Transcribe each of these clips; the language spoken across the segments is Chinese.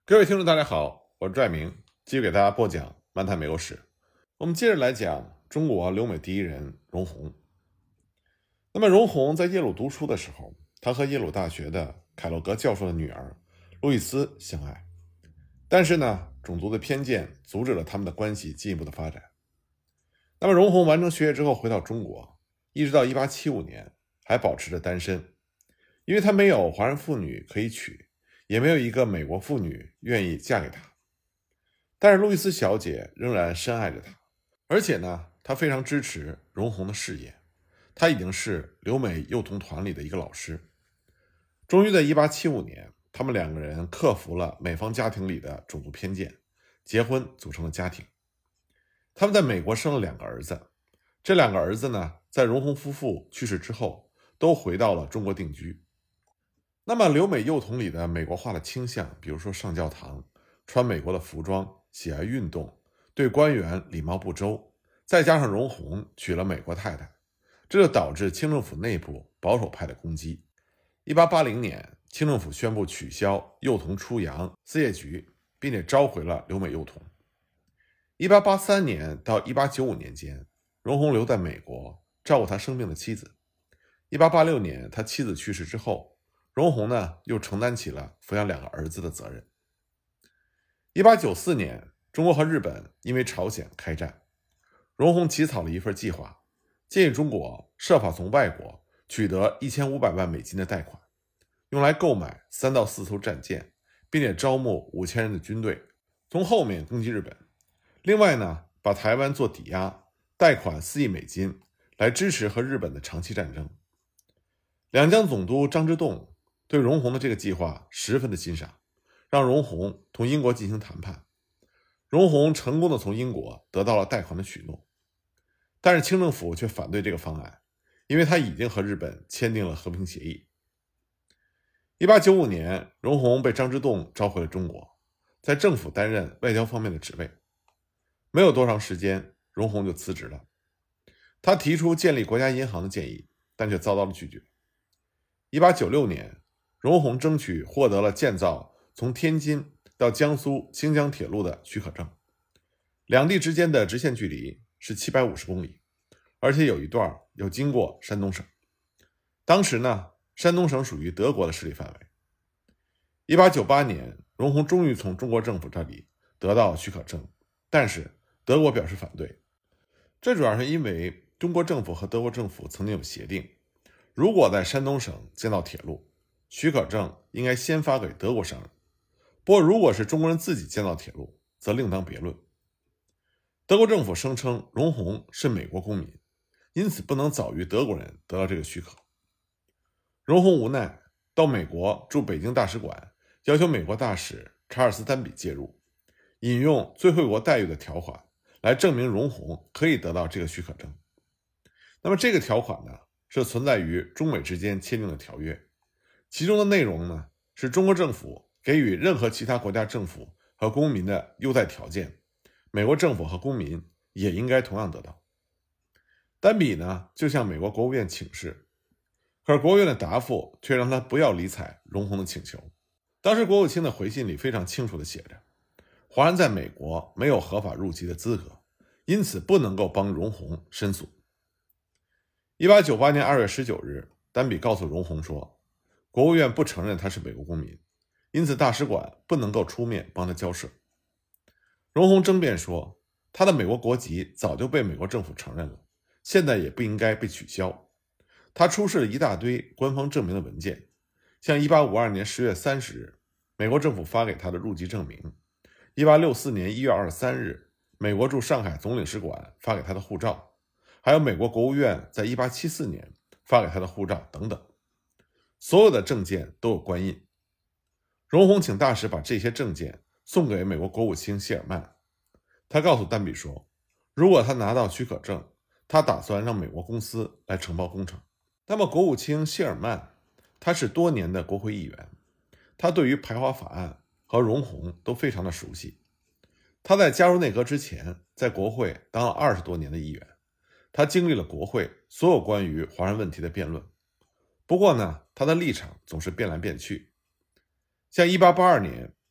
各位听众大家好，我是拽明，继续给大家播讲漫谈美国史。我们接着来讲中国留美第一人容闳。那么容闳在耶鲁读书的时候，他和耶鲁大学的凯洛格教授的女儿路易斯相爱，但是呢，种族的偏见阻止了他们的关系进一步的发展。那么容闳完成学业之后回到中国，一直到1875年还保持着单身，因为他没有华人妇女可以娶，也没有一个美国妇女愿意嫁给他。但是路易斯小姐仍然深爱着他，而且呢，她非常支持容闳的事业。她已经是留美幼童团里的一个老师。终于在1875年，他们两个人克服了美方家庭里的种族偏见，结婚组成了家庭。他们在美国生了2个儿子，这2个儿子呢，在容闳夫妇去世之后，都回到了中国定居。那么留美幼童里的美国化的倾向，比如说上教堂、穿美国的服装、喜爱运动、对官员礼貌不周，再加上容闳娶了美国太太，这就导致清政府内部保守派的攻击。1880年，清政府宣布取消幼童出洋司业局，并且召回了留美幼童。1883年到1895年间，容闳留在美国照顾他生病的妻子。1886年，他妻子去世之后，容闳呢又承担起了抚养2个儿子的责任。1894年，中国和日本因为朝鲜开战，容闳起草了一份计划，建议中国设法从外国取得1500万美金的贷款，用来购买3到4艘战舰，并且招募5000人的军队，从后面攻击日本。另外呢，把台湾做抵押，贷款4亿美金，来支持和日本的长期战争。两江总督张之洞对容闳的这个计划十分的欣赏，让容闳同英国进行谈判。容闳成功的从英国得到了贷款的许诺，但是清政府却反对这个方案，因为他已经和日本签订了和平协议。1895年，容闳被张之洞召回了中国，在政府担任外交方面的职位。没有多长时间，容闳就辞职了。他提出建立国家银行的建议，但却遭到了拒绝。1896年，容闳争取获得了建造从天津到江苏清江铁路的许可证，两地之间的直线距离是750公里，而且有一段要经过山东省。当时呢，山东省属于德国的势力范围。1898年，容闳终于从中国政府这里得到许可证，但是德国表示反对。这主要是因为中国政府和德国政府曾经有协定，如果在山东省建造铁路，许可证应该先发给德国商人。不过如果是中国人自己建造铁路，则另当别论。德国政府声称容闳是美国公民，因此不能早于德国人得到这个许可。容闳无奈，到美国驻北京大使馆，要求美国大使查尔斯·丹比介入，引用最惠国待遇的条款来证明容闳可以得到这个许可证。那么这个条款呢，是存在于中美之间签订的条约，其中的内容呢，是中国政府给予任何其他国家政府和公民的优待条件，美国政府和公民也应该同样得到。丹比呢，就向美国国务院请示，可是国务院的答复却让他不要理睬容闳的请求。当时国务卿的回信里非常清楚地写着，华人在美国没有合法入籍的资格，因此不能够帮容闳申诉。1898年2月19日，丹比告诉容闳说，国务院不承认他是美国公民，因此大使馆不能够出面帮他交涉。容闳争辩说，他的美国国籍早就被美国政府承认了，现在也不应该被取消。他出示了一大堆官方证明的文件，像1852年10月30日，美国政府发给他的入籍证明；1864年1月23日，美国驻上海总领事馆发给他的护照，还有美国国务院在1874年发给他的护照等等，所有的证件都有官印。容闳请大使把这些证件送给美国国务卿谢尔曼，他告诉丹比说，如果他拿到许可证，他打算让美国公司来承包工程。那么国务卿谢尔曼，他是多年的国会议员，他对于排华法案和容闳都非常的熟悉。他在加入内阁之前，在国会当了20多年的议员，他经历了国会所有关于华人问题的辩论。不过呢，他的立场总是变来变去。像1882年，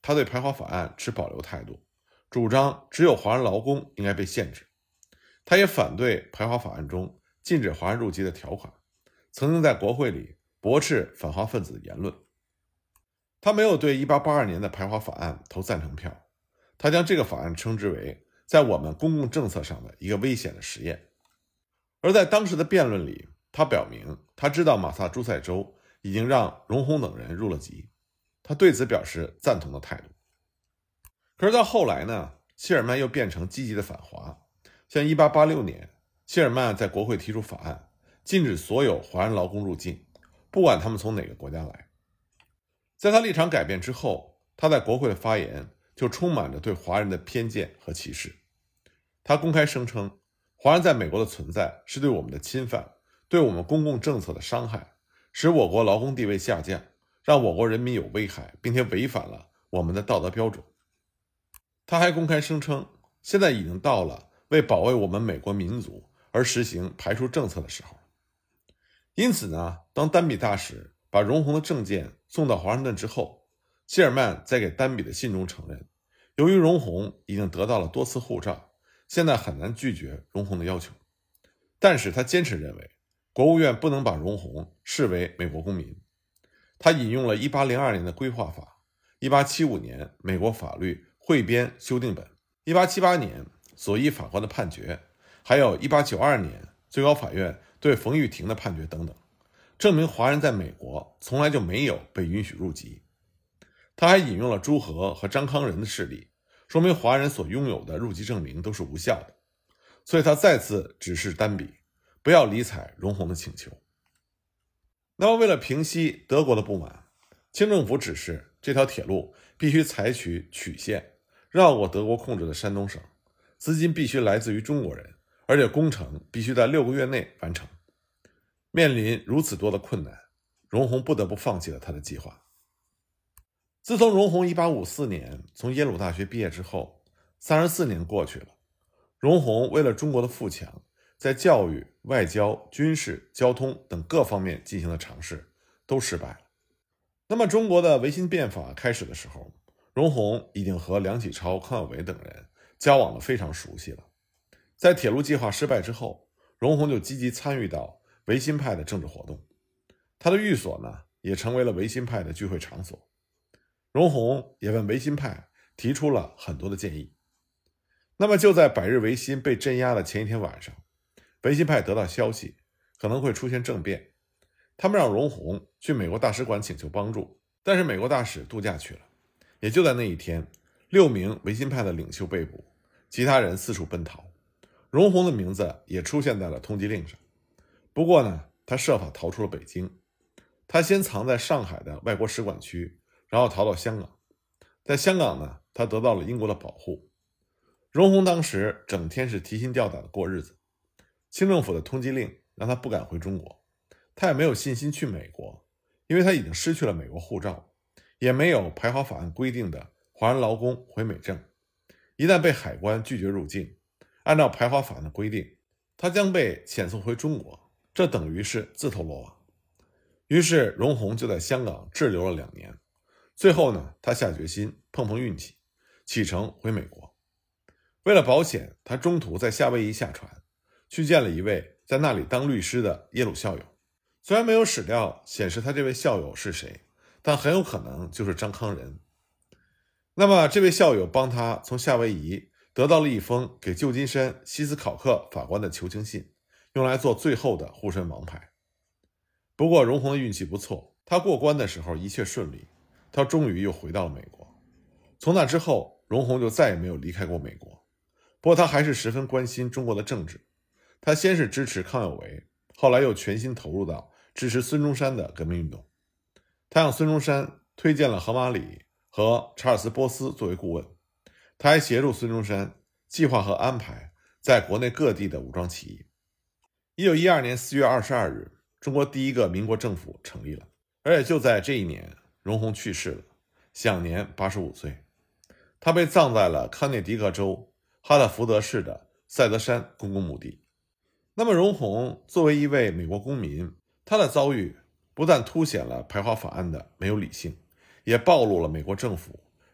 他对排华法案持保留态度，主张只有华人劳工应该被限制。他也反对排华法案中禁止华人入籍的条款，曾经在国会里驳斥反华分子的言论。他没有对1882年的排华法案投赞成票，他将这个法案称之为在我们公共政策上的一个危险的实验。而在当时的辩论里，他表明他知道马萨诸塞州已经让荣闳等人入了籍，他对此表示赞同的态度。可是到后来呢，谢尔曼又变成积极的反华，像1886年，谢尔曼在国会提出法案，禁止所有华人劳工入境，不管他们从哪个国家来。在他立场改变之后，他在国会的发言就充满着对华人的偏见和歧视。他公开声称，华人在美国的存在是对我们的侵犯，对我们公共政策的伤害，使我国劳工地位下降，让我国人民有危害，并且违反了我们的道德标准。他还公开声称，现在已经到了为保卫我们美国民族而实行排除政策的时候。因此呢，当丹比大使把荣闳的证件送到华盛顿之后，谢尔曼在给丹比的信中承认，由于荣闳已经得到了多次护照，现在很难拒绝荣闳的要求。但是他坚持认为，国务院不能把荣闳视为美国公民。他引用了1802年的规划法、1875年美国法律汇编修订本、1878年索伊法官的判决，还有1892年最高法院对冯玉婷的判决等等，证明华人在美国从来就没有被允许入籍。他还引用了朱和和张康仁的事例，说明华人所拥有的入籍证明都是无效的。所以他再次指示丹比不要理睬荣闳的请求。那么为了平息德国的不满，清政府指示这条铁路必须采取曲线，绕过德国控制的山东省，资金必须来自于中国人，而且工程必须在6个月内完成。面临如此多的困难，荣闳不得不放弃了他的计划。自从荣闳1854年从耶鲁大学毕业之后，34年过去了，荣闳为了中国的富强，在教育、外交、军事、交通等各方面进行的尝试都失败了。那么中国的维新变法开始的时候，荣闳已经和梁启超、康有为等人交往的非常熟悉了。在铁路计划失败之后，荣闳就积极参与到维新派的政治活动，他的寓所呢也成为了维新派的聚会场所。荣闳也问维新派提出了很多的建议。那么就在百日维新被镇压的前一天晚上，维新派得到消息可能会出现政变，他们让荣闳去美国大使馆请求帮助，但是美国大使度假去了。也就在那一天，6名维新派的领袖被捕，其他人四处奔逃，荣闳的名字也出现在了通缉令上。不过呢，他设法逃出了北京。他先藏在上海的外国使馆区，然后逃到香港。在香港呢，他得到了英国的保护。荣闳当时整天是提心吊胆的过日子，清政府的通缉令让他不敢回中国，他也没有信心去美国，因为他已经失去了美国护照，也没有排华法案规定的华人劳工回美证。一旦被海关拒绝入境，按照排华法案的规定，他将被遣送回中国，这等于是自投罗网。于是荣闳就在香港滞留了2年，最后呢，他下决心碰碰运气，启程回美国。为了保险，他中途在夏威夷下船，去见了一位在那里当律师的耶鲁校友。虽然没有史料显示他这位校友是谁，但很有可能就是张康仁。那么这位校友帮他从夏威夷得到了一封给旧金山西斯考克法官的求情信，用来做最后的护身王牌。不过荣闳的运气不错，他过关的时候一切顺利，他终于又回到了美国。从那之后，荣闳就再也没有离开过美国。不过他还是十分关心中国的政治，他先是支持康有为，后来又全心投入到支持孙中山的革命运动。他向孙中山推荐了荷马里和查尔斯·波斯作为顾问，他还协助孙中山计划和安排在国内各地的武装起义。1912年4月22日，中国第一个民国政府成立了，而且就在这一年，荣闳去世了，享年85岁。他被葬在了康涅狄格州哈特福德市的赛德山公共墓地。那么荣闳作为一位美国公民，他的遭遇不但凸显了排华法案的没有理性，也暴露了美国政府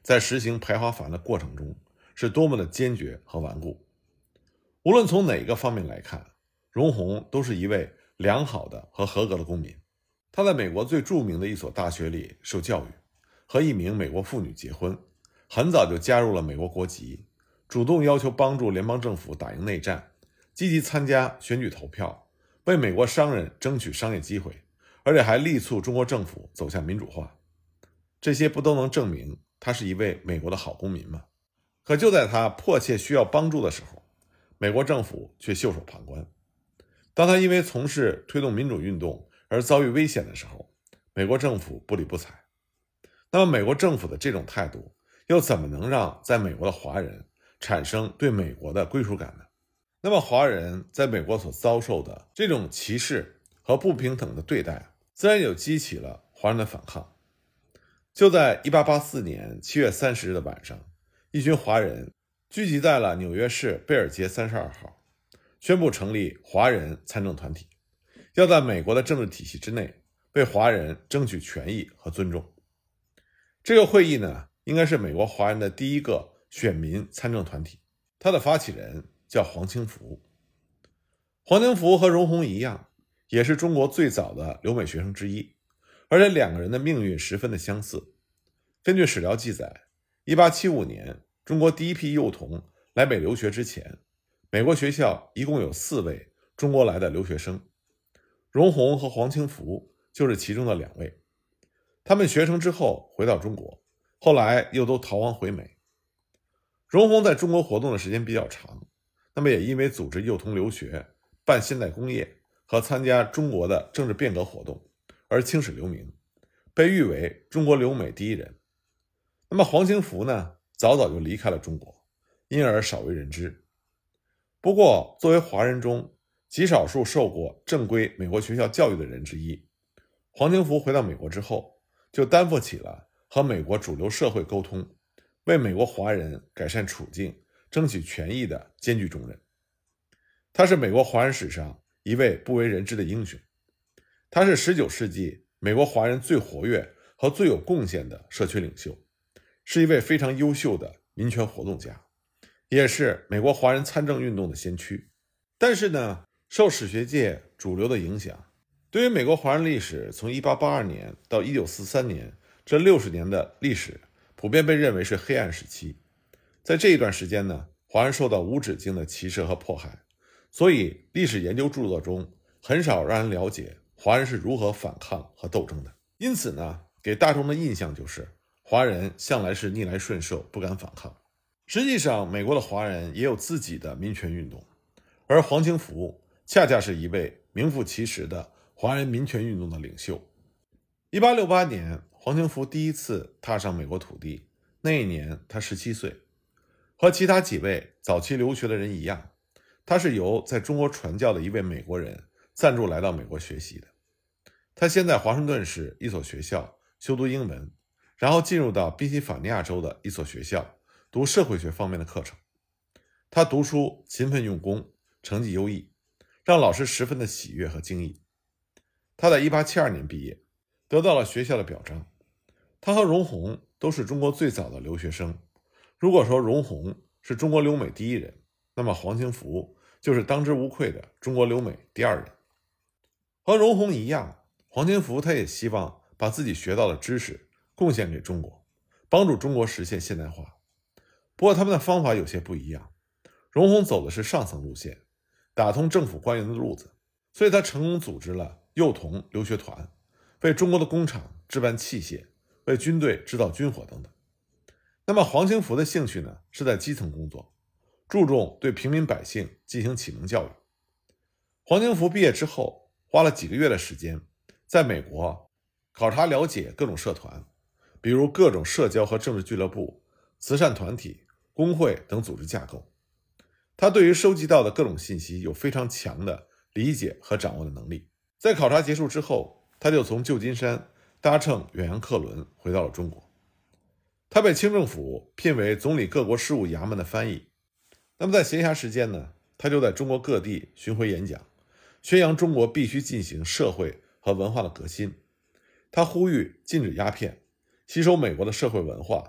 在实行排华法案的过程中是多么的坚决和顽固。无论从哪个方面来看，荣闳都是一位良好的和合格的公民。他在美国最著名的一所大学里受教育，和一名美国妇女结婚，很早就加入了美国国籍，主动要求帮助联邦政府打赢内战，积极参加选举投票，为美国商人争取商业机会，而且还力促中国政府走向民主化。这些不都能证明他是一位美国的好公民吗？可就在他迫切需要帮助的时候，美国政府却袖手旁观。当他因为从事推动民主运动而遭遇危险的时候，美国政府不理不睬。那么美国政府的这种态度又怎么能让在美国的华人产生对美国的归属感呢？那么华人在美国所遭受的这种歧视和不平等的对待，自然就激起了华人的反抗。就在1884年7月30日的晚上，一群华人聚集在了纽约市贝尔街32号，宣布成立华人参政团体，要在美国的政治体系之内为华人争取权益和尊重。这个会议呢，应该是美国华人的第一个选民参政团体，它的发起人叫黄清福。黄清福和荣闳一样，也是中国最早的留美学生之一，而且两个人的命运十分的相似。根据史料记载，1875年中国第一批幼童来美留学之前，美国学校一共有4位中国来的留学生，荣闳和黄清福就是其中的2位。他们学成之后回到中国，后来又都逃亡回美。荣闳在中国活动的时间比较长，那么也因为组织幼童留学、办现代工业和参加中国的政治变革活动而青史留名，被誉为中国留美第一人。那么黄清福呢，早早就离开了中国，因而少为人知。不过作为华人中极少数受过正规美国学校教育的人之一，黄清福回到美国之后，就担负起了和美国主流社会沟通，为美国华人改善处境、争取权益的艰巨重任。他是美国华人史上一位不为人知的英雄，他是19世纪美国华人最活跃和最有贡献的社区领袖，是一位非常优秀的民权活动家，也是美国华人参政运动的先驱。但是呢，受史学界主流的影响，对于美国华人历史从1882年到1943年这60年的历史，普遍被认为是黑暗时期。在这一段时间呢，华人受到无止境的歧视和迫害，所以历史研究著作中很少让人了解华人是如何反抗和斗争的。因此呢，给大众的印象就是华人向来是逆来顺受，不敢反抗。实际上，美国的华人也有自己的民权运动，而黄清福恰恰是一位名副其实的华人民权运动的领袖。1868年，黄清福第一次踏上美国土地，那一年他17岁。和其他几位早期留学的人一样，他是由在中国传教的一位美国人赞助来到美国学习的。他先在华盛顿市一所学校修读英文，然后进入到宾夕法尼亚州的一所学校读社会学方面的课程。他读书勤奋用功，成绩优异，让老师十分的喜悦和惊异。他在1872年毕业，得到了学校的表彰。他和荣闳都是中国最早的留学生。如果说荣闳是中国留美第一人，那么黄清福就是当之无愧的中国留美第二人。和荣闳一样，黄清福他也希望把自己学到的知识贡献给中国，帮助中国实现现代化。不过他们的方法有些不一样，荣闳走的是上层路线，打通政府官员的路子，所以他成功组织了幼童留学团，为中国的工厂置办器械，为军队制造军火等等。那么黄清福的兴趣呢，是在基层工作，注重对平民百姓进行启蒙教育。黄清福毕业之后，花了几个月的时间，在美国考察了解各种社团，比如各种社交和政治俱乐部、慈善团体、工会等组织架构。他对于收集到的各种信息有非常强的理解和掌握的能力。在考察结束之后，他就从旧金山搭乘远洋客轮回到了中国。他被清政府聘为总理各国事务衙门的翻译。那么在闲暇时间呢，他就在中国各地巡回演讲，宣扬中国必须进行社会和文化的革新。他呼吁禁止鸦片，吸收美国的社会文化，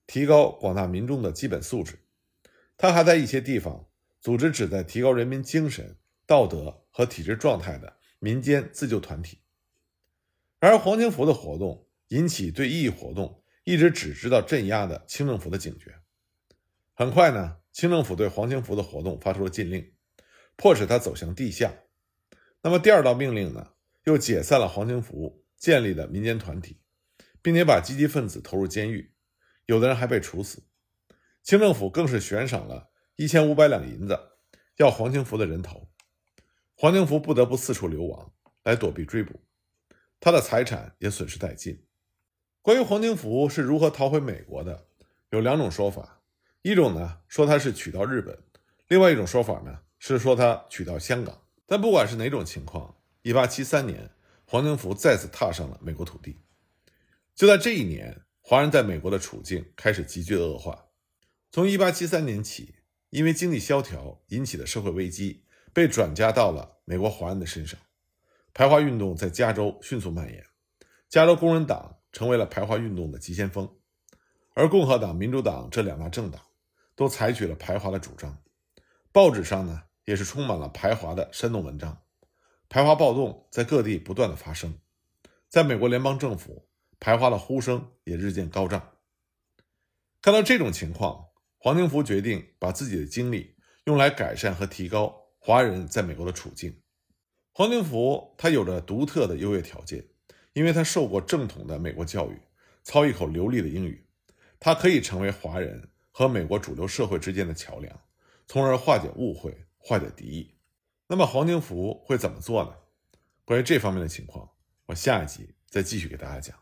提高广大民众的基本素质。他还在一些地方组织旨在提高人民精神、道德和体制状态的民间自救团体。然而黄清福的活动引起对异议活动一直只知道镇压的清政府的警觉。很快呢，清政府对黄清福的活动发出了禁令，迫使他走向地下。那么第二道命令呢，又解散了黄清福建立的民间团体，并且把积极分子投入监狱，有的人还被处死。清政府更是悬赏了1500两银子，要黄清福的人头。黄清福不得不四处流亡，来躲避追捕，他的财产也损失殆尽。关于黄清福是如何逃回美国的，有两种说法。一种呢，说他是取到日本，另外一种说法呢，是说他取到香港。但不管是哪种情况，1873年，黄清福再次踏上了美国土地。就在这一年，华人在美国的处境开始急剧的恶化。从1873年起，因为经济萧条引起的社会危机被转嫁到了美国华人的身上。排华运动在加州迅速蔓延，加州工人党成为了排华运动的急先锋，而共和党、民主党这两大政党都采取了排华的主张。报纸上呢，也是充满了排华的煽动文章，排华暴动在各地不断的发生。在美国联邦政府，排华的呼声也日渐高涨。看到这种情况，黄清福决定把自己的精力用来改善和提高华人在美国的处境。黄清福他有着独特的优越条件，因为他受过正统的美国教育，操一口流利的英语，他可以成为华人和美国主流社会之间的桥梁，从而化解误会，化解敌意。那么黄清福会怎么做呢？关于这方面的情况，我下一集再继续给大家讲。